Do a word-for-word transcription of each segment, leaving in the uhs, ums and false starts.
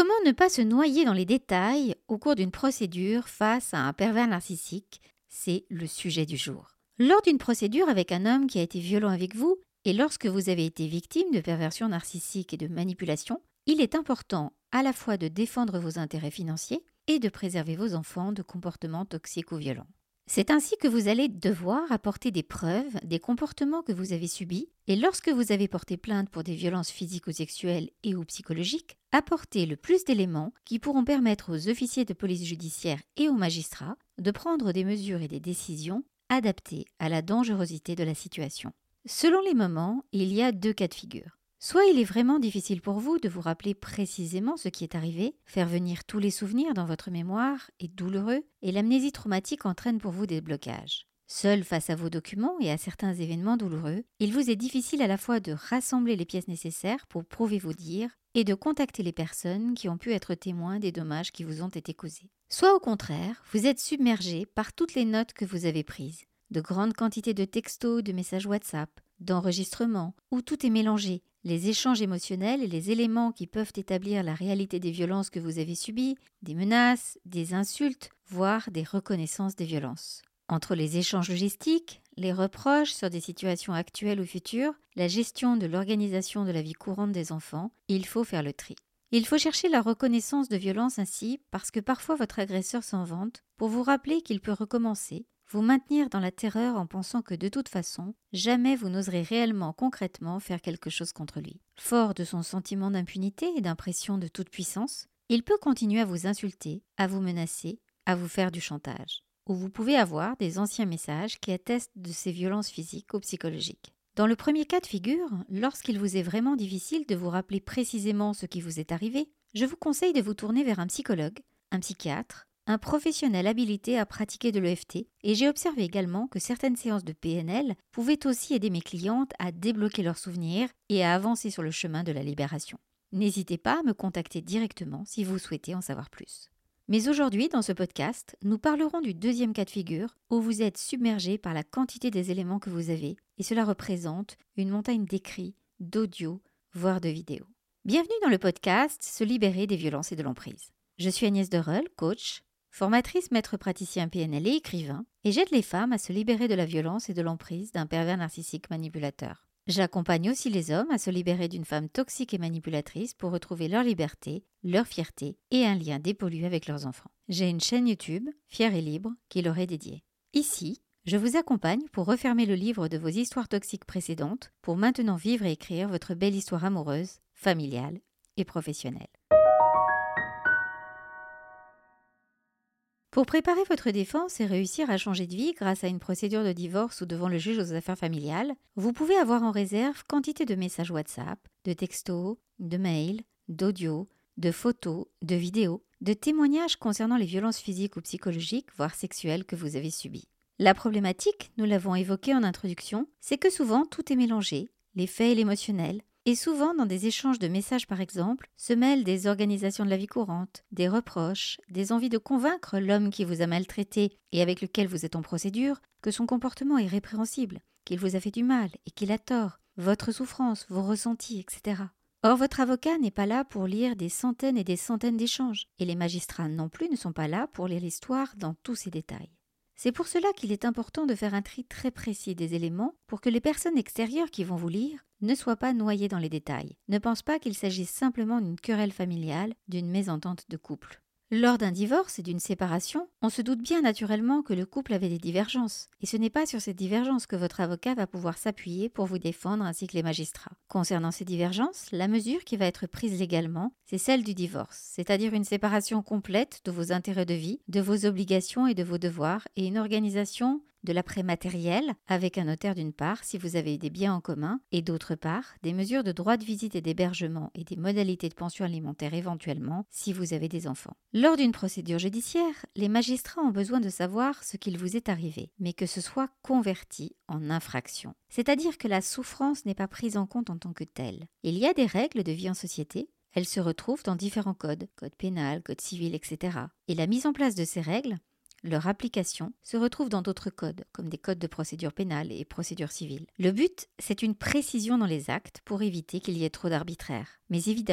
Comment ne pas se noyer dans les détails au cours d'une procédure face à un pervers narcissique? C'est le sujet du jour. Lors d'une procédure avec un homme qui a été violent avec vous, et lorsque vous avez été victime de perversion narcissique et de manipulation, il est important à la fois de défendre vos intérêts financiers et de préserver vos enfants de comportements toxiques ou violents. C'est ainsi que vous allez devoir apporter des preuves des comportements que vous avez subis et lorsque vous avez porté plainte pour des violences physiques ou sexuelles et ou psychologiques, apporter le plus d'éléments qui pourront permettre aux officiers de police judiciaire et aux magistrats de prendre des mesures et des décisions adaptées à la dangerosité de la situation. Selon les moments, il y a deux cas de figure. Soit il est vraiment difficile pour vous de vous rappeler précisément ce qui est arrivé, faire venir tous les souvenirs dans votre mémoire est douloureux et l'amnésie traumatique entraîne pour vous des blocages. Seul face à vos documents et à certains événements douloureux, il vous est difficile à la fois de rassembler les pièces nécessaires pour prouver vos dires et de contacter les personnes qui ont pu être témoins des dommages qui vous ont été causés. Soit au contraire, vous êtes submergé par toutes les notes que vous avez prises, de grandes quantités de textos, de messages WhatsApp, d'enregistrements, où tout est mélangé. Les échanges émotionnels et les éléments qui peuvent établir la réalité des violences que vous avez subies, des menaces, des insultes, voire des reconnaissances des violences. Entre les échanges logistiques, les reproches sur des situations actuelles ou futures, la gestion de l'organisation de la vie courante des enfants, il faut faire le tri. Il faut chercher la reconnaissance de violences ainsi parce que parfois votre agresseur s'en vante pour vous rappeler qu'il peut recommencer, vous maintenir dans la terreur en pensant que de toute façon, jamais vous n'oserez réellement, concrètement, faire quelque chose contre lui. Fort de son sentiment d'impunité et d'impression de toute puissance, il peut continuer à vous insulter, à vous menacer, à vous faire du chantage. Ou vous pouvez avoir des anciens messages qui attestent de ces violences physiques ou psychologiques. Dans le premier cas de figure, lorsqu'il vous est vraiment difficile de vous rappeler précisément ce qui vous est arrivé, je vous conseille de vous tourner vers un psychologue, un psychiatre, un professionnel habilité à pratiquer de l'E F T et j'ai observé également que certaines séances de P N L pouvaient aussi aider mes clientes à débloquer leurs souvenirs et à avancer sur le chemin de la libération. N'hésitez pas à me contacter directement si vous souhaitez en savoir plus. Mais aujourd'hui, dans ce podcast, nous parlerons du deuxième cas de figure où vous êtes submergé par la quantité des éléments que vous avez et cela représente une montagne d'écrits, d'audio, voire de vidéos. Bienvenue dans le podcast Se libérer des violences et de l'emprise. Je suis Agnès Dereul, coach, formatrice maître praticien P N L et écrivain, et j'aide les femmes à se libérer de la violence et de l'emprise d'un pervers narcissique manipulateur. J'accompagne aussi les hommes à se libérer d'une femme toxique et manipulatrice pour retrouver leur liberté, leur fierté et un lien dépollué avec leurs enfants. J'ai une chaîne YouTube, Fière et Libre, qui leur est dédiée. Ici, je vous accompagne pour refermer le livre de vos histoires toxiques précédentes pour maintenant vivre et écrire votre belle histoire amoureuse, familiale et professionnelle. Pour préparer votre défense et réussir à changer de vie grâce à une procédure de divorce ou devant le juge aux affaires familiales, vous pouvez avoir en réserve quantité de messages WhatsApp, de textos, de mails, d'audio, de photos, de vidéos, de témoignages concernant les violences physiques ou psychologiques, voire sexuelles que vous avez subies. La problématique, nous l'avons évoqué en introduction, c'est que souvent tout est mélangé, les faits et l'émotionnel, et souvent, dans des échanges de messages par exemple, se mêlent des organisations de la vie courante, des reproches, des envies de convaincre l'homme qui vous a maltraité et avec lequel vous êtes en procédure que son comportement est répréhensible, qu'il vous a fait du mal et qu'il a tort, votre souffrance, vos ressentis, et cetera. Or, votre avocat n'est pas là pour lire des centaines et des centaines d'échanges, et les magistrats non plus ne sont pas là pour lire l'histoire dans tous ses détails. C'est pour cela qu'il est important de faire un tri très précis des éléments pour que les personnes extérieures qui vont vous lire ne soient pas noyées dans les détails, ne pensent pas qu'il s'agisse simplement d'une querelle familiale, d'une mésentente de couple. Lors d'un divorce et d'une séparation, on se doute bien naturellement que le couple avait des divergences, et ce n'est pas sur ces divergences que votre avocat va pouvoir s'appuyer pour vous défendre ainsi que les magistrats. Concernant ces divergences, la mesure qui va être prise légalement, c'est celle du divorce, c'est-à-dire une séparation complète de vos intérêts de vie, de vos obligations et de vos devoirs, et une organisation de l'après matériel avec un notaire d'une part si vous avez des biens en commun et d'autre part des mesures de droit de visite et d'hébergement et des modalités de pension alimentaire éventuellement si vous avez des enfants. Lors d'une procédure judiciaire, les magistrats ont besoin de savoir ce qu'il vous est arrivé, mais que ce soit converti en infraction. C'est-à-dire que la souffrance n'est pas prise en compte en tant que telle. Il y a des règles de vie en société. Elles se retrouvent dans différents codes, code pénal, code civil, et cetera. Et la mise en place de ces règles, leur application, se retrouve dans d'autres codes, comme des codes de procédure pénale et procédure civile. Le but, c'est une précision dans les actes pour éviter qu'il y ait trop d'arbitraire. Mais évidemment,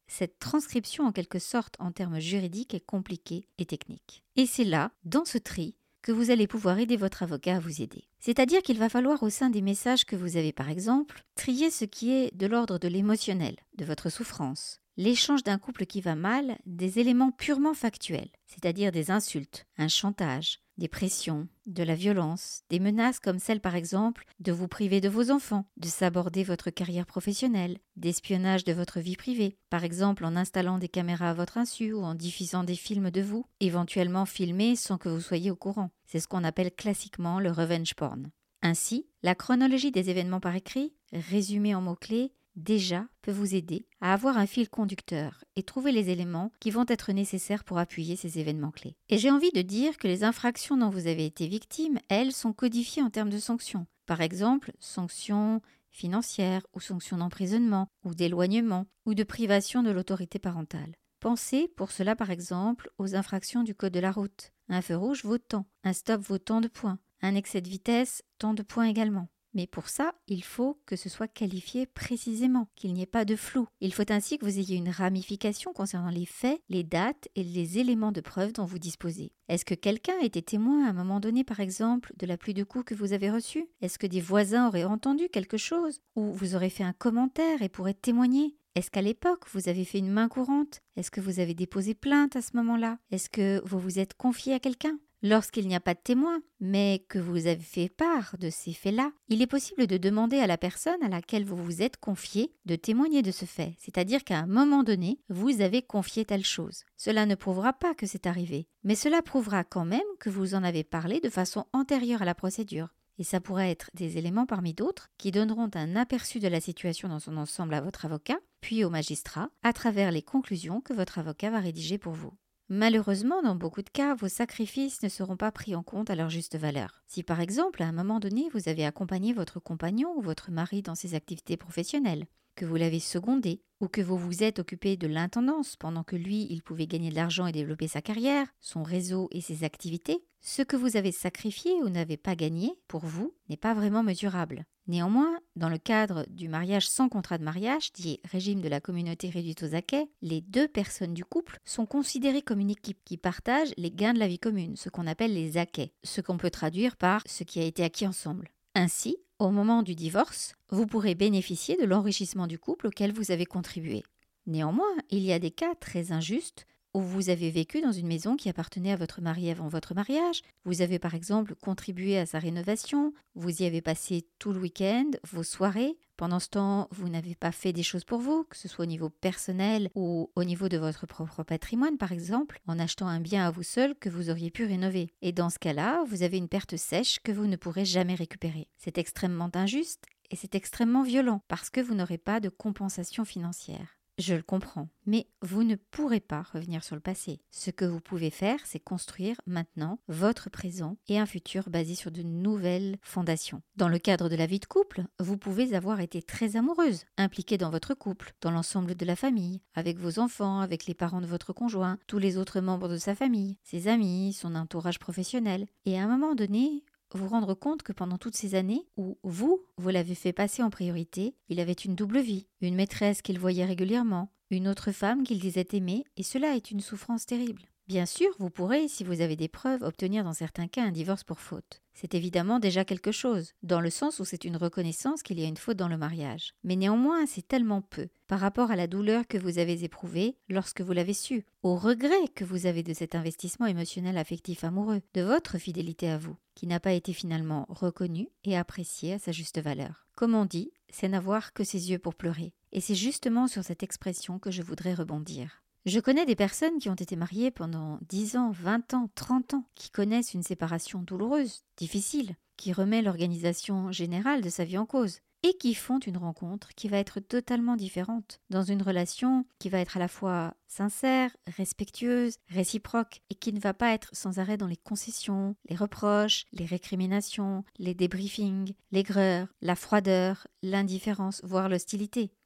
Cette transcription en quelque sorte en termes juridiques est compliquée et technique. Et c'est là, dans ce tri, que vous allez pouvoir aider votre avocat à vous aider. C'est-à-dire qu'il va falloir au sein des messages que vous avez par exemple, trier ce qui est de l'ordre de l'émotionnel, de votre souffrance, l'échange d'un couple qui va mal, des éléments purement factuels, c'est-à-dire des insultes, un chantage, des pressions, de la violence, des menaces comme celle par exemple de vous priver de vos enfants, de saborder votre carrière professionnelle, d'espionnage de votre vie privée, par exemple en installant des caméras à votre insu ou en diffusant des films de vous, éventuellement filmés sans que vous soyez au courant. C'est ce qu'on appelle classiquement le revenge porn. Ainsi, la chronologie des événements par écrit, résumée en mots-clés, déjà peut vous aider à avoir un fil conducteur et trouver les éléments qui vont être nécessaires pour appuyer ces événements clés. Et j'ai envie de dire que les infractions dont vous avez été victime, elles, sont codifiées en termes de sanctions. Par exemple, sanctions financières ou sanctions d'emprisonnement ou d'éloignement ou de privation de l'autorité parentale. Pensez pour cela par exemple aux infractions du code de la route. Un feu rouge vaut tant, un stop vaut tant de points, un excès de vitesse, tant de points également. Mais pour ça, il faut que ce soit qualifié précisément, qu'il n'y ait pas de flou. Il faut ainsi que vous ayez une ramification concernant les faits, les dates et les éléments de preuve dont vous disposez. Est-ce que quelqu'un était témoin à un moment donné, par exemple, de la pluie de coups que vous avez reçue? Est-ce que des voisins auraient entendu quelque chose? Ou vous aurez fait un commentaire et pourraient témoigner? Est-ce qu'à l'époque, vous avez fait une main courante? Est-ce que vous avez déposé plainte à ce moment-là? Est-ce que vous vous êtes confié à quelqu'un? Lorsqu'il n'y a pas de témoin, mais que vous avez fait part de ces faits-là, il est possible de demander à la personne à laquelle vous vous êtes confié de témoigner de ce fait, c'est-à-dire qu'à un moment donné, vous avez confié telle chose. Cela ne prouvera pas que c'est arrivé, mais cela prouvera quand même que vous en avez parlé de façon antérieure à la procédure. Et ça pourrait être des éléments parmi d'autres qui donneront un aperçu de la situation dans son ensemble à votre avocat, puis au magistrat, à travers les conclusions que votre avocat va rédiger pour vous. Malheureusement, dans beaucoup de cas, vos sacrifices ne seront pas pris en compte à leur juste valeur. Si par exemple, à un moment donné, vous avez accompagné votre compagnon ou votre mari dans ses activités professionnelles, que vous l'avez secondé, ou que vous vous êtes occupé de l'intendance pendant que lui, il pouvait gagner de l'argent et développer sa carrière, son réseau et ses activités, ce que vous avez sacrifié ou n'avez pas gagné, pour vous, n'est pas vraiment mesurable. Néanmoins, dans le cadre du mariage sans contrat de mariage, dit régime de la communauté réduite aux acquêts, les deux personnes du couple sont considérées comme une équipe qui partage les gains de la vie commune, ce qu'on appelle les acquêts, ce qu'on peut traduire par ce qui a été acquis ensemble. Ainsi, au moment du divorce, vous pourrez bénéficier de l'enrichissement du couple auquel vous avez contribué. Néanmoins, il y a des cas très injustes où vous avez vécu dans une maison qui appartenait à votre mari avant votre mariage, vous avez par exemple contribué à sa rénovation, vous y avez passé tout le week-end, vos soirées. Pendant ce temps, vous n'avez pas fait des choses pour vous, que ce soit au niveau personnel ou au niveau de votre propre patrimoine par exemple, en achetant un bien à vous seul que vous auriez pu rénover. Et dans ce cas-là, vous avez une perte sèche que vous ne pourrez jamais récupérer. C'est extrêmement injuste et c'est extrêmement violent parce que vous n'aurez pas de compensation financière. Je le comprends, mais vous ne pourrez pas revenir sur le passé. Ce que vous pouvez faire, c'est construire maintenant votre présent et un futur basé sur de nouvelles fondations. Dans le cadre de la vie de couple, vous pouvez avoir été très amoureuse, impliquée dans votre couple, dans l'ensemble de la famille, avec vos enfants, avec les parents de votre conjoint, tous les autres membres de sa famille, ses amis, son entourage professionnel. Et à un moment donné, vous rendre compte que pendant toutes ces années où vous, vous l'avez fait passer en priorité, il avait une double vie, une maîtresse qu'il voyait régulièrement, une autre femme qu'il disait aimer, et cela est une souffrance terrible. Bien sûr, vous pourrez, si vous avez des preuves, obtenir dans certains cas un divorce pour faute. C'est évidemment déjà quelque chose, dans le sens où c'est une reconnaissance qu'il y a une faute dans le mariage. Mais néanmoins, c'est tellement peu, par rapport à la douleur que vous avez éprouvée lorsque vous l'avez su, au regret que vous avez de cet investissement émotionnel affectif amoureux, de votre fidélité à vous, qui n'a pas été finalement reconnue et appréciée à sa juste valeur. Comme on dit, c'est n'avoir que ses yeux pour pleurer. Et c'est justement sur cette expression que je voudrais rebondir. Je connais des personnes qui ont été mariées pendant dix ans, vingt ans, trente ans, qui connaissent une séparation douloureuse, difficile, qui remet l'organisation générale de sa vie en cause, et qui font une rencontre qui va être totalement différente, dans une relation qui va être à la fois sincère, respectueuse, réciproque, et qui ne va pas être sans arrêt dans les concessions, les reproches, les récriminations, les débriefings, l'aigreur, la froideur, l'indifférence, voire l'hostilité.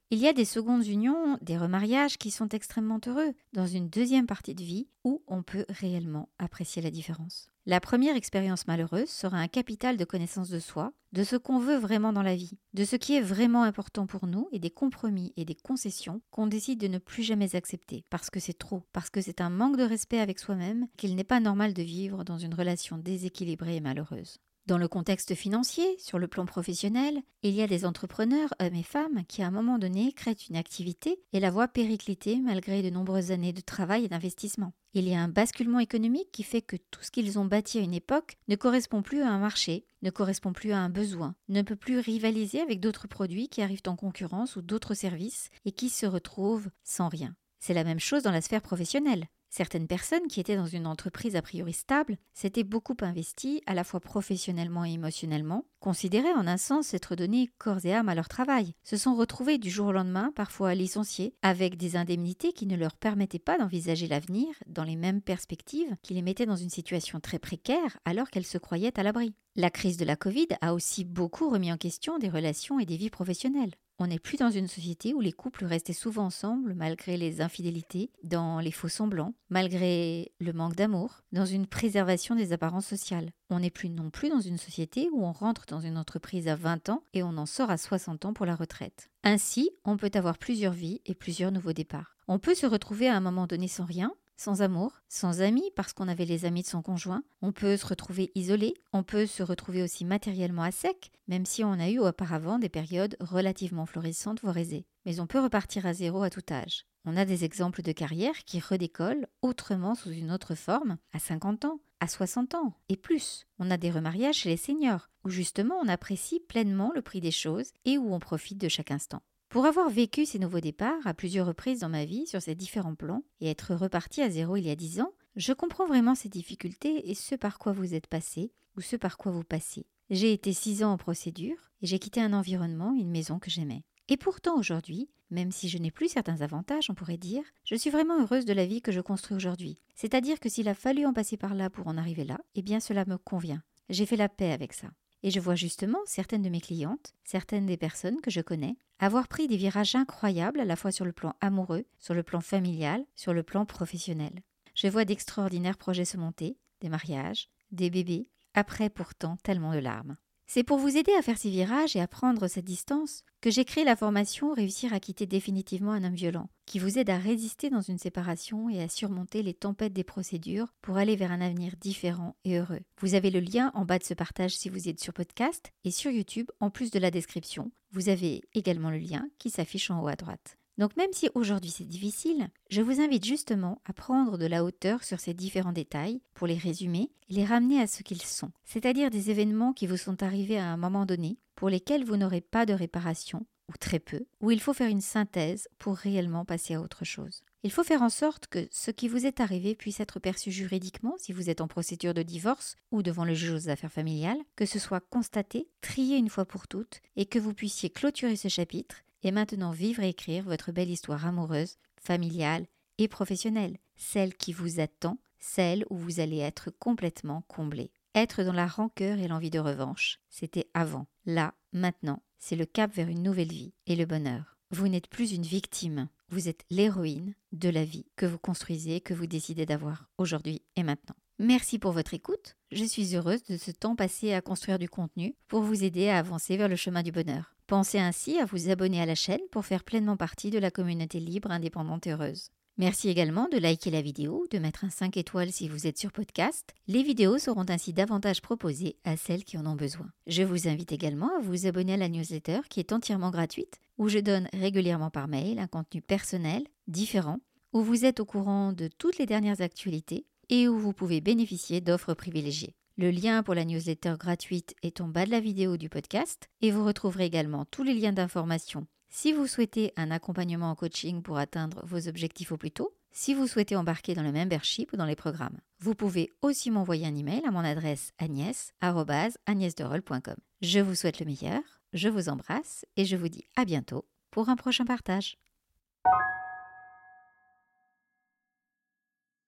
Il y a des secondes unions, des remariages qui sont extrêmement heureux, dans une deuxième partie de vie où on peut réellement apprécier la différence. La première expérience malheureuse sera un capital de connaissance de soi, de ce qu'on veut vraiment dans la vie, de ce qui est vraiment important pour nous et des compromis et des concessions qu'on décide de ne plus jamais accepter, parce que c'est trop, parce que c'est un manque de respect avec soi-même, qu'il n'est pas normal de vivre dans une relation déséquilibrée et malheureuse. Dans le contexte financier, sur le plan professionnel, il y a des entrepreneurs, hommes et femmes, qui à un moment donné créent une activité et la voient péricliter malgré de nombreuses années de travail et d'investissement. Il y a un basculement économique qui fait que tout ce qu'ils ont bâti à une époque ne correspond plus à un marché, ne correspond plus à un besoin, ne peut plus rivaliser avec d'autres produits qui arrivent en concurrence ou d'autres services et qui se retrouvent sans rien. C'est la même chose dans la sphère professionnelle. Certaines personnes qui étaient dans une entreprise a priori stable s'étaient beaucoup investies à la fois professionnellement et émotionnellement, considéraient en un sens s'être donné corps et âme à leur travail, se sont retrouvés du jour au lendemain, parfois licenciés, avec des indemnités qui ne leur permettaient pas d'envisager l'avenir dans les mêmes perspectives, qui les mettaient dans une situation très précaire alors qu'elles se croyaient à l'abri. La crise de la Covid a aussi beaucoup remis en question des relations et des vies professionnelles. On n'est plus dans une société où les couples restaient souvent ensemble malgré les infidélités, dans les faux semblants, malgré le manque d'amour, dans une préservation des apparences sociales. On n'est plus non plus dans une société où on rentre dans une entreprise à vingt ans et on en sort à soixante ans pour la retraite. Ainsi, on peut avoir plusieurs vies et plusieurs nouveaux départs. On peut se retrouver à un moment donné sans rien, sans amour, sans amis parce qu'on avait les amis de son conjoint, on peut se retrouver isolé, on peut se retrouver aussi matériellement à sec, même si on a eu auparavant des périodes relativement florissantes voire aisées. Mais on peut repartir à zéro à tout âge. On a des exemples de carrières qui redécollent autrement sous une autre forme, à cinquante ans, à soixante ans et plus. On a des remariages chez les seniors, où justement on apprécie pleinement le prix des choses et où on profite de chaque instant. Pour avoir vécu ces nouveaux départs à plusieurs reprises dans ma vie sur ces différents plans et être reparti à zéro il y a dix ans, je comprends vraiment ces difficultés et ce par quoi vous êtes passé ou ce par quoi vous passez. J'ai été six ans en procédure et j'ai quitté un environnement, une maison que j'aimais. Et pourtant aujourd'hui, même si je n'ai plus certains avantages, on pourrait dire, je suis vraiment heureuse de la vie que je construis aujourd'hui. C'est-à-dire que s'il a fallu en passer par là pour en arriver là, eh bien cela me convient. J'ai fait la paix avec ça. Et je vois justement certaines de mes clientes, certaines des personnes que je connais, avoir pris des virages incroyables à la fois sur le plan amoureux, sur le plan familial, sur le plan professionnel. Je vois d'extraordinaires projets se monter, des mariages, des bébés, après pourtant tellement de larmes. C'est pour vous aider à faire ces virages et à prendre cette distance que j'ai créé la formation Réussir à quitter définitivement un homme violent, qui vous aide à résister dans une séparation et à surmonter les tempêtes des procédures pour aller vers un avenir différent et heureux. Vous avez le lien en bas de ce partage si vous êtes sur podcast et sur YouTube, en plus de la description. Vous avez également le lien qui s'affiche en haut à droite. Donc même si aujourd'hui c'est difficile, je vous invite justement à prendre de la hauteur sur ces différents détails pour les résumer et les ramener à ce qu'ils sont, c'est-à-dire des événements qui vous sont arrivés à un moment donné, pour lesquels vous n'aurez pas de réparation, ou très peu, où il faut faire une synthèse pour réellement passer à autre chose. Il faut faire en sorte que ce qui vous est arrivé puisse être perçu juridiquement si vous êtes en procédure de divorce ou devant le juge aux affaires familiales, que ce soit constaté, trié une fois pour toutes et que vous puissiez clôturer ce chapitre et maintenant vivre et écrire votre belle histoire amoureuse, familiale et professionnelle, celle qui vous attend, celle où vous allez être complètement comblé. Être dans la rancœur et l'envie de revanche, c'était avant. Là, maintenant, c'est le cap vers une nouvelle vie et le bonheur. Vous n'êtes plus une victime, vous êtes l'héroïne de la vie que vous construisez, que vous décidez d'avoir aujourd'hui et maintenant. Merci pour votre écoute. Je suis heureuse de ce temps passé à construire du contenu pour vous aider à avancer vers le chemin du bonheur. Pensez ainsi à vous abonner à la chaîne pour faire pleinement partie de la communauté libre, indépendante et heureuse. Merci également de liker la vidéo, de mettre un cinq étoiles si vous êtes sur podcast. Les vidéos seront ainsi davantage proposées à celles qui en ont besoin. Je vous invite également à vous abonner à la newsletter qui est entièrement gratuite, où je donne régulièrement par mail un contenu personnel, différent, où vous êtes au courant de toutes les dernières actualités et où vous pouvez bénéficier d'offres privilégiées. Le lien pour la newsletter gratuite est en bas de la vidéo du podcast et vous retrouverez également tous les liens d'information si vous souhaitez un accompagnement en coaching pour atteindre vos objectifs au plus tôt, si vous souhaitez embarquer dans le membership ou dans les programmes. Vous pouvez aussi m'envoyer un email à mon adresse agnès arobase agnèsderolles point com. Je vous souhaite le meilleur, je vous embrasse et je vous dis à bientôt pour un prochain partage.